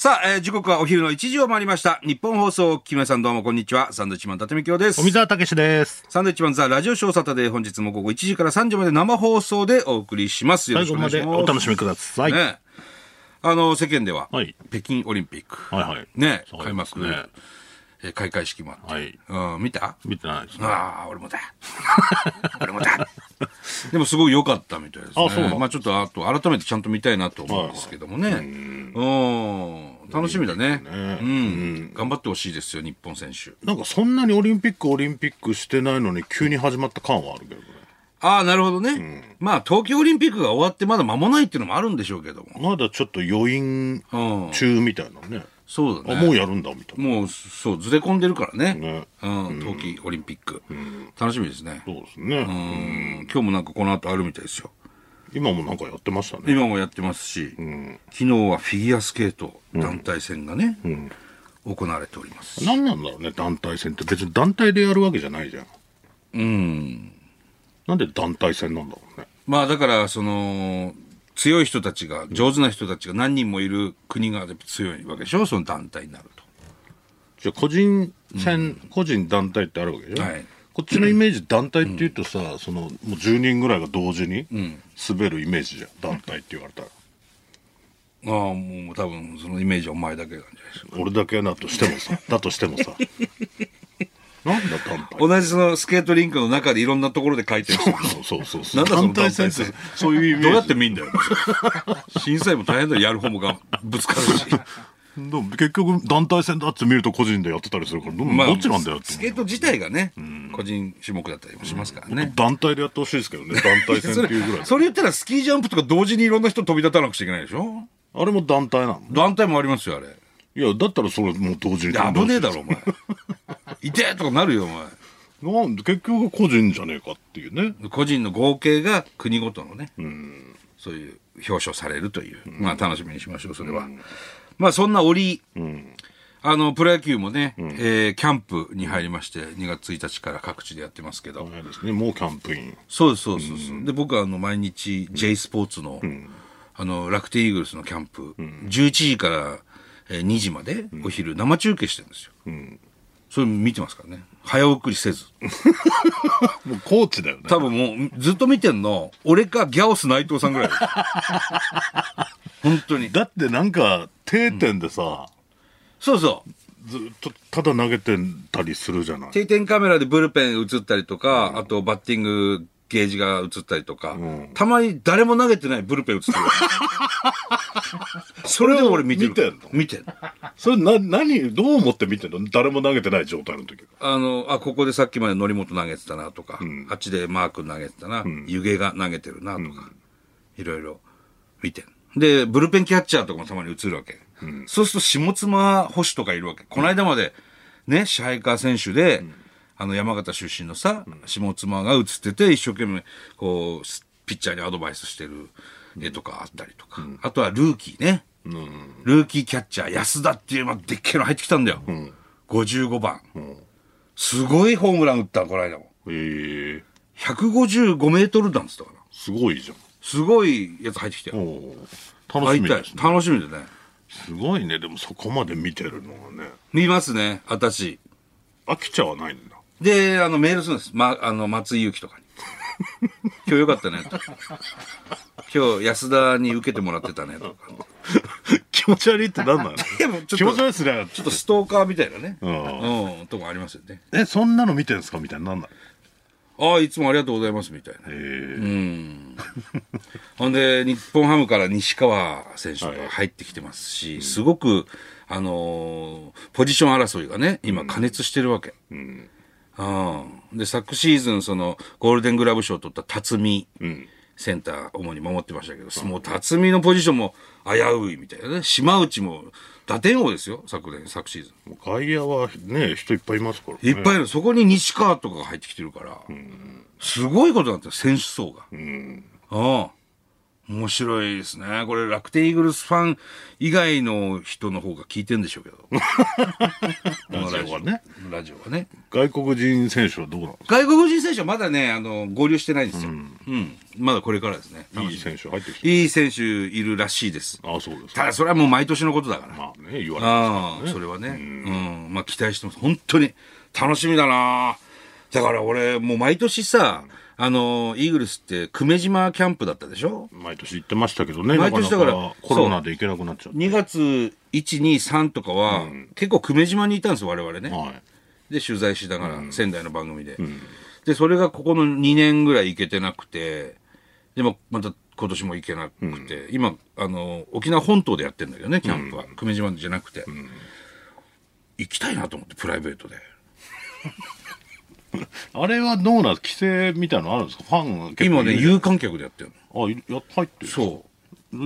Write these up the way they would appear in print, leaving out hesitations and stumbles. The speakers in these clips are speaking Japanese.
さあ、時刻はお昼の1時を回りました。日本放送、木村さんどうもこんにちは。サンドウィッチマン伊達美京です。 富澤たけしです。 サンドウィッチマンザラジオショーサタデー、本日も午後1時から3時まで生放送でお送りします。よろしくお願いします。 最後までお楽しみください。 ね、世間では、 はい、 北京オリンピック、 はいはい、 ね、 ね、 開幕、開会式もあって、はい、見た？ 見てないですね。 ああ、俺もだ。俺もだ。でもすごい良かったみたいですね。 あ、そうなん。 まあちょっとあと改めてちゃんと見たいなと思うんですけどもね。楽しみだね。頑張ってほしいですよ、日本選手。 なんかそんなにオリンピックしてないのに急に始まった感はあるけどね。 ああ、なるほどね。まあ東京オリンピックが終わってまだ間もないっていうのもあるんでしょうけども。 まだちょっと余韻中みたいなね。 そうだね。 もうやるんだみたいな。 もうそうずれ込んでるからね。冬季オリンピック、楽しみですね。 そうですね。 今日もなんかこの後あるみたいですよ。 今もなんかやってましたね。 今もやってますし、昨日はフィギュアスケート団体戦がね、行われております。 何なんだろうね、団体戦って別に団体でやるわけじゃないじゃん。なんで団体戦なんだろうね。 まあだからその強い人たちが、上手な人たちが何人もいる国が強いわけでしょ、その団体になると。 じゃあ個人戦、個人団体ってあるわけでしょ。はい、こっちのイメージ、団体っていうとさ、もう10人ぐらいが同時に滑るイメージじゃん、団体って言われたら。 もう多分そのイメージはお前だけなんじゃないですか。 俺だけだとしてもさ、なんだ団体。 同じそのスケートリンクの中でいろんなところで書いてる人。 そう。 なんだその団体戦って、 そういうイメージ。 どうやって見んだよ。審査員も大変だよ、やる方もがぶつかるし。 でも結局団体戦だって見ると個人でやってたりするから、どっちなんだよって。 スケート自体がね、個人種目だったりもしますからね。 団体でやってほしいですけどね、団体戦っていうぐらい。 それ言ったらスキージャンプとか同時にいろんな人飛び立たなくちゃいけないでしょ。 あれも団体なの？ 団体もありますよ、あれ。 いや、だったらそれもう同時に。 危ねえだろ、お前。いてーとかなるよ、お前。 なんで結局個人じゃねえかっていうね。 個人の合計が国ごとのね、そういう表彰されるという、まあ楽しみにしましょう、それは。まあそんな折、プロ野球もね、キャンプに入りまして、2月1日から各地でやってますけど。 早いですね、もうキャンプイン。 そうです。で、僕は毎日 J スポーツの、楽天イーグルスのキャンプ、11時から2時までお昼生中継してるんですよ。それ見てますからね。早送りせず。 もうコーチだよね。 多分もうずっと見てんの、俺かギャオス内藤さんぐらいです。本当に。 だってなんか定点でさ、 そうそう。 ずっとただ投げてたりするじゃない。 定点カメラでブルペン映ったりとか、あとバッティングゲージが映ったりとか、たまに誰も投げてないブルペン映ってる。それでも俺見てる。見てんの。 それ何どう思って見てんの？誰も投げてない状態の時。 ここでさっきまで則本投げてたなとか、あっちでマー君投げてたな、湯気が投げてるなとか、いろいろ見てん。で、ブルペンキャッチャーとかもたまに映るわけ。そうすると下妻捕手とかいるわけ。この間までね、支配下選手で、山形出身のさ、下妻が映ってて、一生懸命、こう、ピッチャーにアドバイスしてる絵とかあったりとか。あとはルーキーね。ルーキーキャッチャー、安田っていう、でっけえの入ってきたんだよ。55番。すごいホームラン打った、この間も。155メートル弾っつったから。 すごいじゃん。 すごいやつ入ってきたよ。 楽しみですね。 楽しみだね。 すごいね、でもそこまで見てるのがね。 見ますね、私。 飽きちゃわないんだ。 で、メールするんです。松井裕樹とかに。今日よかったね。今日安田に受けてもらってたね。とか。 気持ち悪いって何なの？気持ち悪いですね。 ちょっとストーカーみたいなね。とこありますよね。 そんなの見てんすかみたいな、なんだ。 いつもありがとうございますみたいな。ほんで、日本ハムから西川選手が入ってきてますし、すごく、ポジション争いがね、今加熱してるわけ。で、昨シーズン、ゴールデングラブ賞を取った辰巳センター、主に守ってましたけど、もう辰巳のポジションも危ういみたいなね。島内も打点王ですよ、昨シーズン。 外野はね、人いっぱいいますからね。 いっぱいいる。そこに西川とかが入ってきてるから、すごいことになってる、選手層が。 面白いですね。これ楽天イーグルスファン以外の人の方が聞いてんでしょうけど。 ラジオはね。 ラジオはね。 外国人選手はどうなんですか？ 外国人選手はまだね、合流してないんですよ。まだこれからですね。 いい選手入ってきて。 いい選手いるらしいです。 ああ、そうですか。 ただそれはもう毎年のことだから。 まあね、言われますからね。 それはね。まあ期待してます。本当に楽しみだな。だから俺、もう毎年さ、イーグルスって久米島キャンプだったでしょ？ 毎年行ってましたけどね。 毎年だからコロナで行けなくなっちゃって。 2月1、2、3とかは、結構久米島にいたんですよ、我々ね。 はい。 で、取材しながら、仙台の番組で。で、それがここの2年ぐらい行けてなくて、でもまた今年も行けなくて、今、沖縄本島でやってんだけどね、キャンプは。久米島じゃなくて。行きたいなと思って、プライベートで。 あれはどうなんですか？規制みたいなのあるんですか？ファンが結構今ね、有観客でやってるの。入ってる。 そう。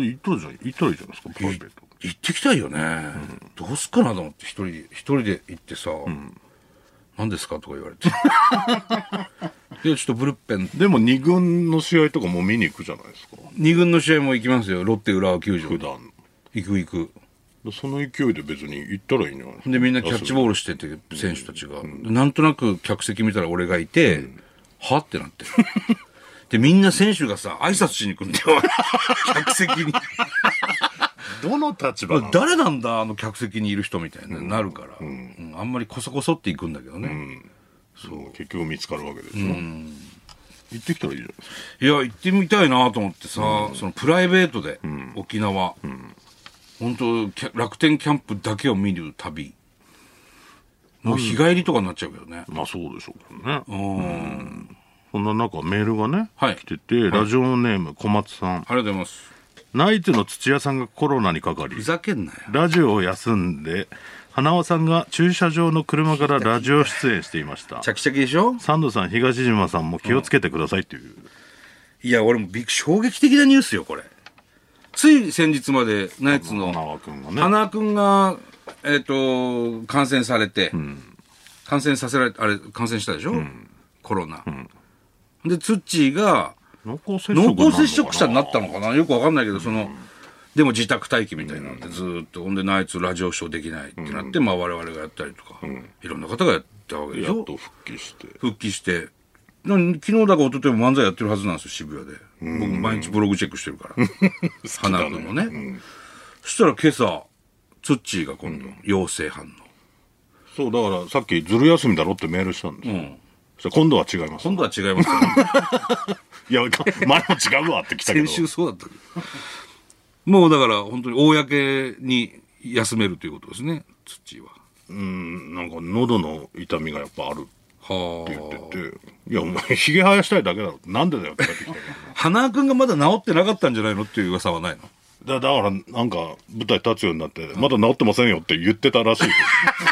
行ったらいいじゃないですか、プライベート。 行ってきたいよね。どうすっかなと思って、一人で行ってさ、何ですかとか言われて。いや、ちょっとブルペン。 でも2軍の試合とかも見に行くじゃないですか。 2軍の試合も行きますよ。ロッテ浦和球場。 普段。 行く。 その勢いで別に行ったらいいんじゃないですか。 で、みんなキャッチボールしてて、選手たちが。なんとなく客席見たら俺がいて、はってなって。で、みんな選手がさ、挨拶しに来るんだよ。客席に。 どの立場なの？ 誰なんだ、客席にいる人みたいになるから。あんまりこそこそって行くんだけどね。 そう。結局見つかるわけでしょ。行ってきたらいいじゃないですか。 いや、行ってみたいなと思ってさ、そのプライベートで、沖縄。本当楽天キャンプだけを見る旅。もう日帰りとかになっちゃうけどね。 まあそうでしょうけどね。そんな中メールがね、来てて、ラジオネーム小松さん。 ありがとうございます。 ナイツの土屋さんがコロナにかかり、 ふざけんなよ。 ラジオを休んで、花輪さんが駐車場の車からラジオ出演していました。 チャキチャキでしょ？ サンドさん、東島さんも気をつけてくださいっていう。 いや、俺も衝撃的なニュースよ、これ。つい先日までナイツの花輪くんがね。 花輪くんが、感染されて、感染したでしょ？コロナ。で、ツッチーが、濃厚接触者になったのかな？よくわかんないけど、でも自宅待機みたいになって、ずーっと、ほんでナイツラジオショーできないってなって、まあ我々がやったりとか、いろんな方がやったわけでしょ？ やっと復帰して。 昨日だか一昨日も漫才やってるはずなんですよ、渋谷で。僕毎日ブログチェックしてるから。花君もね。そしたら今朝、ツッチーが今度、陽性反応。 そう、だからさっきずる休みだろってメールしたんですよ。そしたら今度は違います。 今度は違いますよね。 いや、前も違うわって来たけど。 先週そうだったけど。もうだから本当に公に休めるということですね、ツッチーは。 なんか喉の痛みがやっぱある。 はって言ってて、いや、お前、ひげ生やしたいだけだろ。なんでだよって帰ってきたけど。 花君がまだ治ってなかったんじゃないのっていう噂はないの？ だから、なんか、舞台立つようになって、まだ治ってませんよって言ってたらしいです。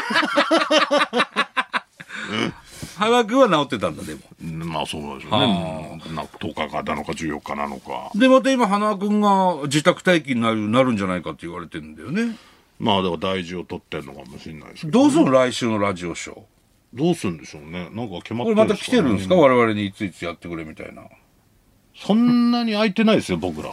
花君は治ってたんだ、でも。 まあ、そうでしょうね。10日かなのか14日なのか。 で、また今、花君が自宅待機になるんじゃないかって言われてるんだよね。 まあ、でも大事を取ってるのかもしれないですけど、 どうするの来週のラジオショー。 どうするんでしょうね。なんか決まってるんですかね。 これまた来てるんですか？我々にいついつやってくれみたいな。 そんなに空いてないですよ、僕ら。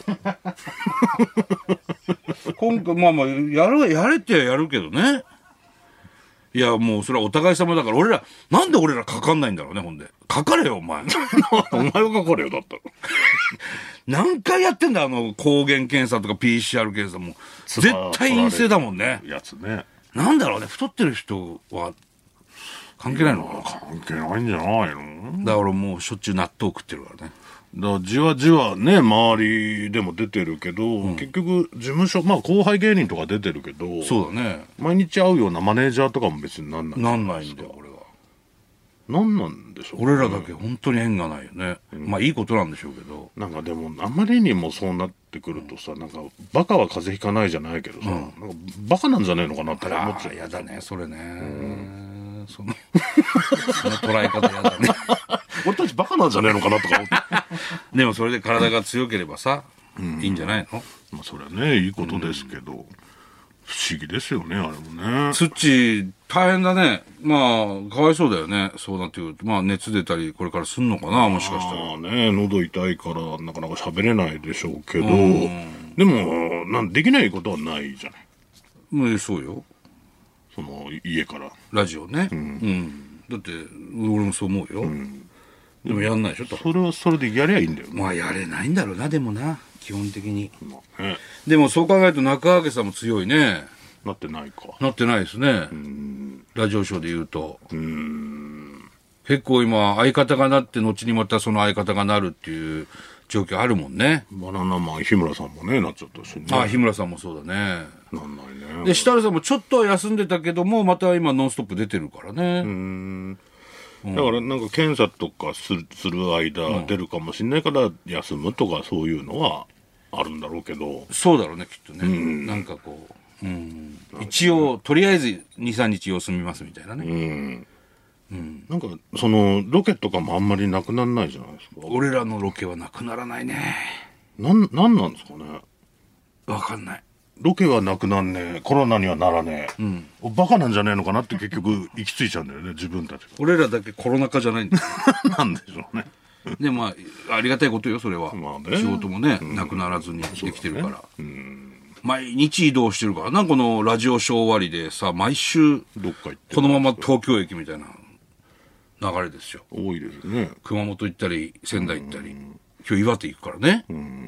今回、まあまあ、やれってやるけどね。いや、もうそれはお互い様だから、なんで俺らかかんないんだろうね、ほんで。かかれよ、お前。 お前はかかれよ、だったら。 何回やってんだ、抗原検査とか PCR 検査も。絶対陰性だもんね。 やつね。 なんだろうね、太ってる人は、関係ないのかな？ 関係ないんじゃないの？ だからもうしょっちゅう納豆食ってるからね。 だからじわじわね、周りでも出てるけど、結局事務所、まあ後輩芸人とか出てるけど、 そうだね。 毎日会うようなマネージャーとかも別になんない。 なんないんだよ、俺は。 なんなんでしょう、 俺らだけ本当に縁がないよね。まあいいことなんでしょうけど。 なんかでも、あまりにもそうなってくるとさ、なんか、バカは風邪ひかないじゃないけどさ、なんかバカなんじゃねえのかなって思っちゃう。 やだね、それね。その捉え方やだね。 俺たちバカなんじゃねえのかなとか思って。 でもそれで体が強ければさ、いいんじゃないの？ まあそれはね、いいことですけど、不思議ですよね、あれもね。 土大変だね。まあ、かわいそうだよね。そうなってくると。まあ、熱出たり、これからすんのかな、もしかしたら。 まあね、喉痛いからなかなか喋れないでしょうけど、でも、できないことはないじゃない。 そうよ。 その、家から。 ラジオね。だって、俺もそう思うよ。でもやんないでしょ、 それはそれでやりゃいいんだよ。 まあ、やれないんだろうな、でもな。基本的に。 まあね。 でも、そう考えると中川家さんも強いね。 なってないか。 なってないですね。ラジオショーで言うと。結構今、相方がなって、後にまたその相方がなるっていう状況あるもんね。 バナナマン日村さんもね、なっちゃったしね。 日村さんもそうだね。 なんないね。 で、設楽さんもちょっとは休んでたけども、また今、ノンストップ出てるからね。 だからなんか検査とかする間出るかもしれないから休むとかそういうのはあるんだろうけど。 そうだろうね、きっとね。なんかこう、一応、とりあえず2、3日様子見ますみたいなね。 なんか、その、ロケとかもあんまりなくならないじゃないですか。 俺らのロケはなくならないね。 なんなんですかね。 わかんない。 ロケはなくなんねえ、コロナにはならねえ。バカなんじゃねえのかなって結局行き着いちゃうんだよね、自分たちが。 俺らだけコロナ禍じゃないんだよ。 なんでしょうね。 でもまあ、ありがたいことよ、それは。 まあね仕事もね、なくならずにできてるから。毎日移動してるからな、このラジオショー終わりでさ、毎週、 どっか行ってこのまま東京駅みたいな流れですよ。 多いですね。 熊本行ったり、仙台行ったり。今日岩手行くからね。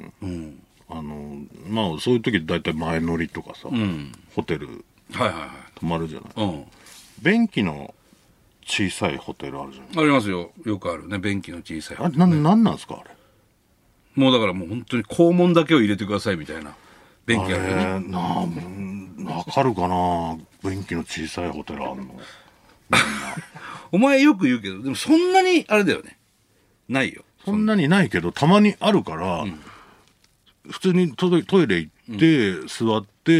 まあそういう時大体前乗りとかさ、ホテルはいはいはい。 泊まるじゃない。便器の小さいホテルあるじゃない。 ありますよ。よくあるね。便器の小さい。 あれ、なんなんですかあれ。 もうだからもう本当に肛門だけを入れてくださいみたいな便器あるよね。 わかるかな便器の小さいホテルあるの。 お前よく言うけど、でもそんなにあれだよね。ないよ。 そんなにないけど、たまにあるから、普通にトイレ行って、座って、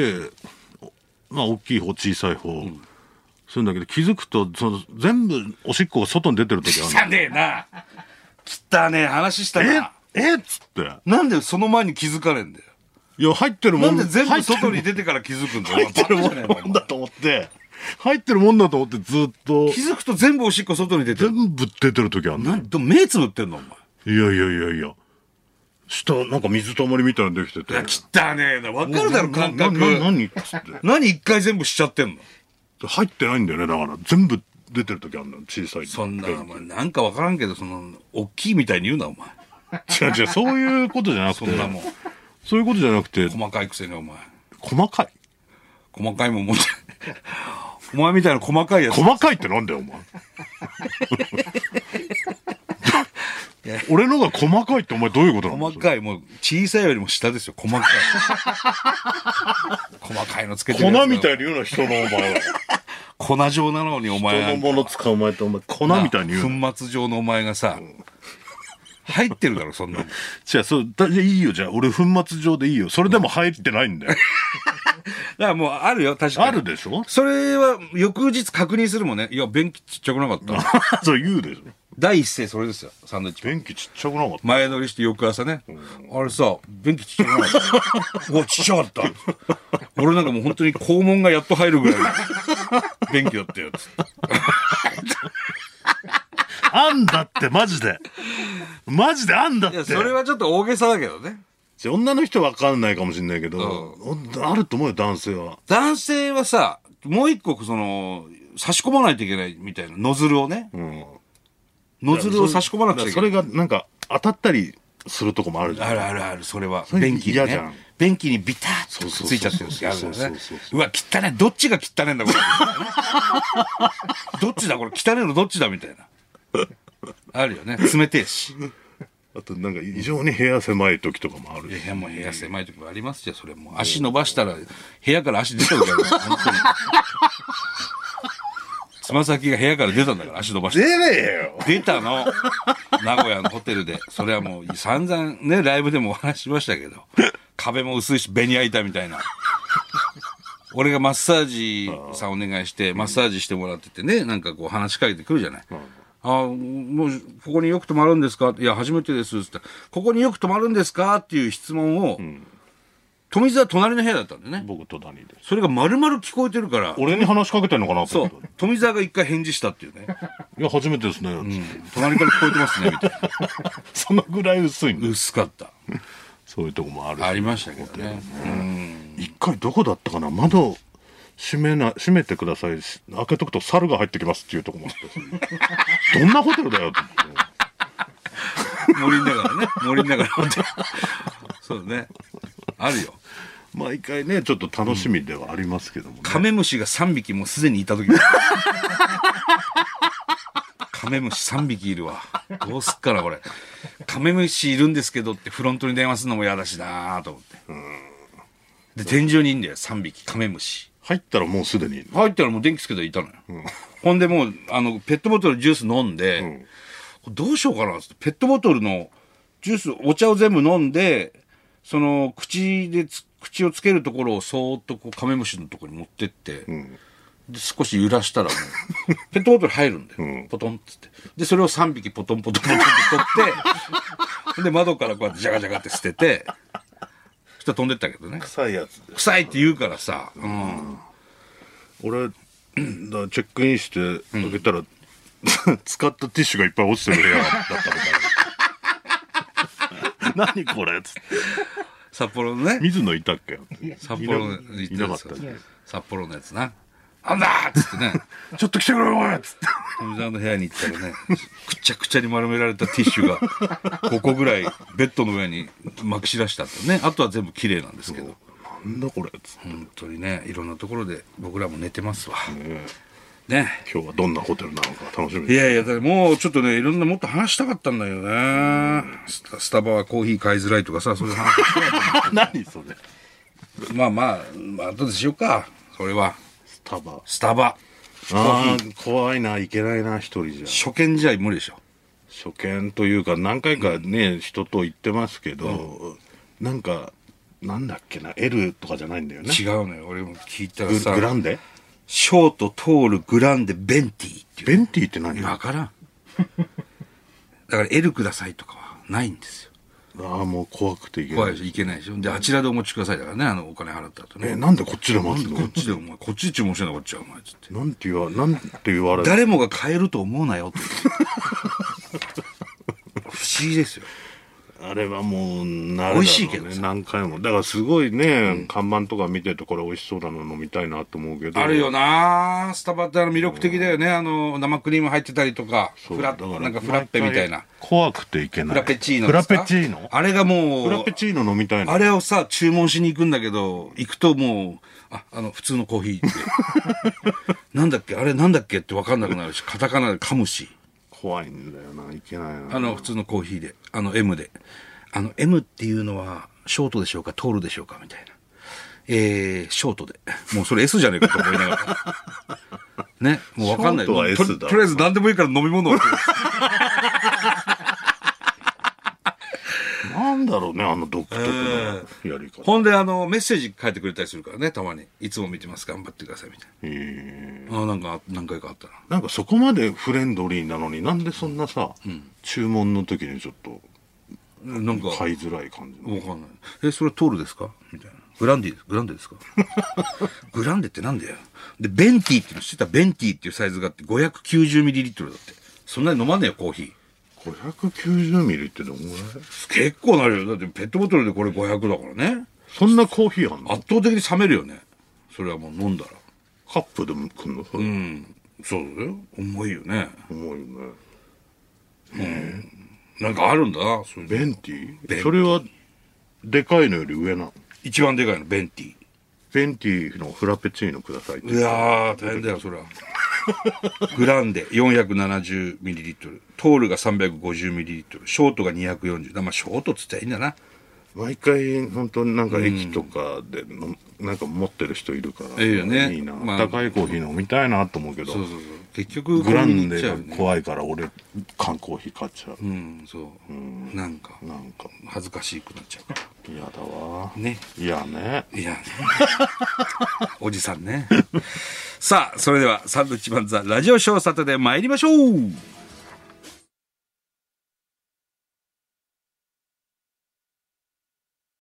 まあ大きい方、小さい方、するんだけど、気づくと、全部おしっこが外に出てる時あるの。 汚ねえな。汚ねえ話したな。 っつって。 なんでその前に気づかれんだよ。 いや、入ってるもん。 なんで全部外に出てから気づくんだよ。 入ってるもんだと思って、入ってるもんだと思ってずっと。 気づくと全部おしっこ外に出てる。 全部出てる時あるの。 目つぶってんのお前。 いや。下、なんか水たまりみたいなのできてて。 いや、汚ねえな。わかるだろ、感覚。 何っつって。 何一回全部しちゃってんの。 入ってないんだよね、だから。全部出てる時あるの、小さい。 そんな、お前、なんかわからんけど、大きいみたいに言うな、お前。 違う、そういうことじゃなくて。 そんなもん。 そういうことじゃなくて。 細かいくせに、お前。 細かいもんもんお前みたいな細かいやつ。 細かいってなんだよ、お前。俺のが細かいってお前どういうことなの？ 細かい、もう小さいよりも下ですよ、細かい。細かいのつけてる粉みたいに言うな、人のお前は。 粉状なのにお前。 人のもの使うお前ってお前、粉みたいに言うな。粉末状のお前がさ、入ってるだろ、そんなの。 じゃあ、いいよ、じゃあ、俺粉末状でいいよ。それでも入ってないんだよ。 だからもうあるよ、確かに。 あるでしょ？ それは翌日確認するもんね。いや、便器ちっちゃくなかった。 そう言うでしょ。 第一声それですよ、サンドイッチ。 便器ちっちゃくなかった。 前乗りして翌朝ね。あれさ、便器ちっちゃくなかった。うわ、ちっちゃかった。俺なんかもう本当に肛門がやっと入るぐらいの便器だったよ、つって。 あんだって、マジで。マジであんだって。いや、 それはちょっと大げさだけどね。 女の人は分かんないかもしれないけど、あると思うよ、男性は。 男性はさ、もう一個、差し込まないといけないみたいな、ノズルをね。ノズルを差し込まなくちゃいけない。 それがなんか、当たったりするとこもあるじゃん。 ある、それは。便器にね。便器にビタッとついちゃってる時あるよね。うわ、汚ね。どっちが汚ねんだ、これ。どっちだ、これ。汚ねのどっちだ、みたいな。あるよね。冷てえし。 あとなんか異常に部屋狭い時とかもあるし。 部屋狭い時もありますよ、それも。足伸ばしたら、部屋から足出た時あるから、本当に。つま先が部屋から出たんだから、足伸ばして。 出ねえよ。 出たの。名古屋のホテルで。それはもう散々ね、ライブでもお話ししましたけど、壁も薄いし、ベニヤ板みたいな。俺がマッサージさんお願いして、マッサージしてもらっててね、なんかこう話しかけてくるじゃない。もう、ここによく泊まるんですか？いや、初めてです。ってここによく泊まるんですかっていう質問を、 富澤隣の部屋だったんだよね。 僕隣で。 それが丸々聞こえてるから。 俺に話しかけてんのかなとそ思って。 う。富澤が一回返事したっていうね。 いや、初めてですね。 隣から聞こえてますね、みたいな。 そのぐらい薄いんだ。 薄かった。 そういうとこもあるし。 ありましたけどね。 一回どこだったかな、窓閉めてください、開けとくと猿が入ってきますっていうとこもあってどんなホテルだよって森の中ね、森の中のそうね、あるよ。 毎回ねちょっと楽しみではありますけどもね、 カメムシが3匹もうすでにいた時カメムシ3匹いるわ、どうすっかなこれ。カメムシいるんですけどってフロントに電話するのも嫌だしなと思って。で天井にいんだよ3匹カメムシ。 入ったらもうすでに入ったらもう電気つけていたのよ、ほんでもうペットボトルジュース飲んで、どうしようかなってペットボトルのジュースお茶を全部飲んで、その口をつけるところをそーっとこうカメムシのところに持ってって、で少し揺らしたらもうペットボトル入るんだよ、ポトンっつって。でそれを3匹ポトンポトンポトンって取ってで窓からこうやってジャガジャガって捨てて、そしたら飛んでったけどね。 臭いやつで臭いって言うからさ、 俺だチェックインして開けたら、使ったティッシュがいっぱい落ちてる部屋だったみたいな何これっつって。 札幌のね、 水野いたっけ。 札幌のいなかったね。 札幌のやつな、あんだーっつってねちょっと来てくれよおいっつって。 富澤の部屋に行ったらね、くちゃくちゃに丸められたティッシュが5個ぐらいベッドの上にまき散らしてあったね。あとは全部綺麗なんですけど、 なんだこれっつって。 本当にね、いろんなところで僕らも寝てますわね。 今日はどんなホテルなのか楽しみいです。 やいや、だからもうちょっとね、いろんなもっと話したかったんだよね。スタバはコーヒー買いづらいとかさ、そういう話してたと思何それ。 うまあ後でしようか。それはスタバ。 スタバああ怖いな、いけないな一人じゃ。 初見じゃ無理でしょ。 初見というか何回かね、人と言ってますけど、なんかなんだっけな、 L とかじゃないんだよね。 違うのよ。俺も聞いたらさ、 グランデ、 ショート、トール、グランデ、ベンティっていう。 ベンティって何？ わからん。だから L くださいとかはないんですよ。 ああもう怖くていけない。 怖いでしょ、いけないでしょ。で、あちらでお持ちくださいだからね、お金払った後ね。 なんでこっちで待つの？ こっちでお前、こっちで注文してんのこっちはお前つって。 なんて言われる。 誰もが買えると思うなよって。不思議ですよ。 あれはもう慣れだろうね、 美味しいけどさ何回も。だからすごいね、看板とか見てるとこれ美味しそうなの飲みたいなと思うけど。 あるよな、スタバって魅力的だよね。生クリーム入ってたりとか、なんかフラッペみたいな。 怖くていけない。 フラペチーノフラですか。 ペチーノ、 あれがもう、 フラペチーノ飲みたいな。 あれをさ、注文しに行くんだけど、行くともう、普通のコーヒーって。なんだっけあれなんだっけって分かんなくなるし、カタカナで噛むし。 怖いんだよな、いけないな。 普通のコーヒーで、M で。M っていうのは、ショートでしょうか、トールでしょうかみたいな。ショートで。もうそれ S じゃねえかと思いながら。ね、もう分かんない。 ショートは S だ。 とりあえず何でもいいから飲み物を。 なんだろうね、独特なやり方。 ほんで、メッセージ書いてくれたりするからね、たまに。いつも見てます、頑張ってください、みたいな。なんか、何回かあったな。 なんかそこまでフレンドリーなのになんでそんなさ、注文の時にちょっと、 なんか、 買いづらい感じ。 わかんない。それトールですかみたいな。グランデですかグランデってなんだよ。で、ベンティっていうの知ってた？ベンティっていうサイズがあって 590ml だって。そんなに飲まねえよ、コーヒー。 590ミリってどんぐらい？ 結構なるよ。だってペットボトルでこれ500だからね。 そんなコーヒーあんの？ 圧倒的に冷めるよね。それはもう飲んだら。 カップでも来んの？それそうだよ。重いよね。 重いよね。 なんかあるんだな。そういうベンティ？それはでかいのより上なの？ 一番でかいの、ベンティ。 ベンティのフラペチーノくださいって。 いやー、大変だよ、それは。グランデ 470ml、トールが 350ml、ショートが240。まあ、ショートっつったらいいんだな。 毎回、本当になんか駅とかでなんか持ってる人いるから。 いいよね。 いいな。 まあ高いコーヒー飲みたいなと思うけど。 そう。結局、 グランデがコンビニ行っちゃうよね。 怖いから俺、缶コーヒー買っちゃう。 そう。なんか、恥ずかしくなっちゃうから。 嫌だわ。 ね。 いやね。 いやね。おじさんね。さあ、それでは、サンドウィッチマンザラジオショーサタデー参りましょう。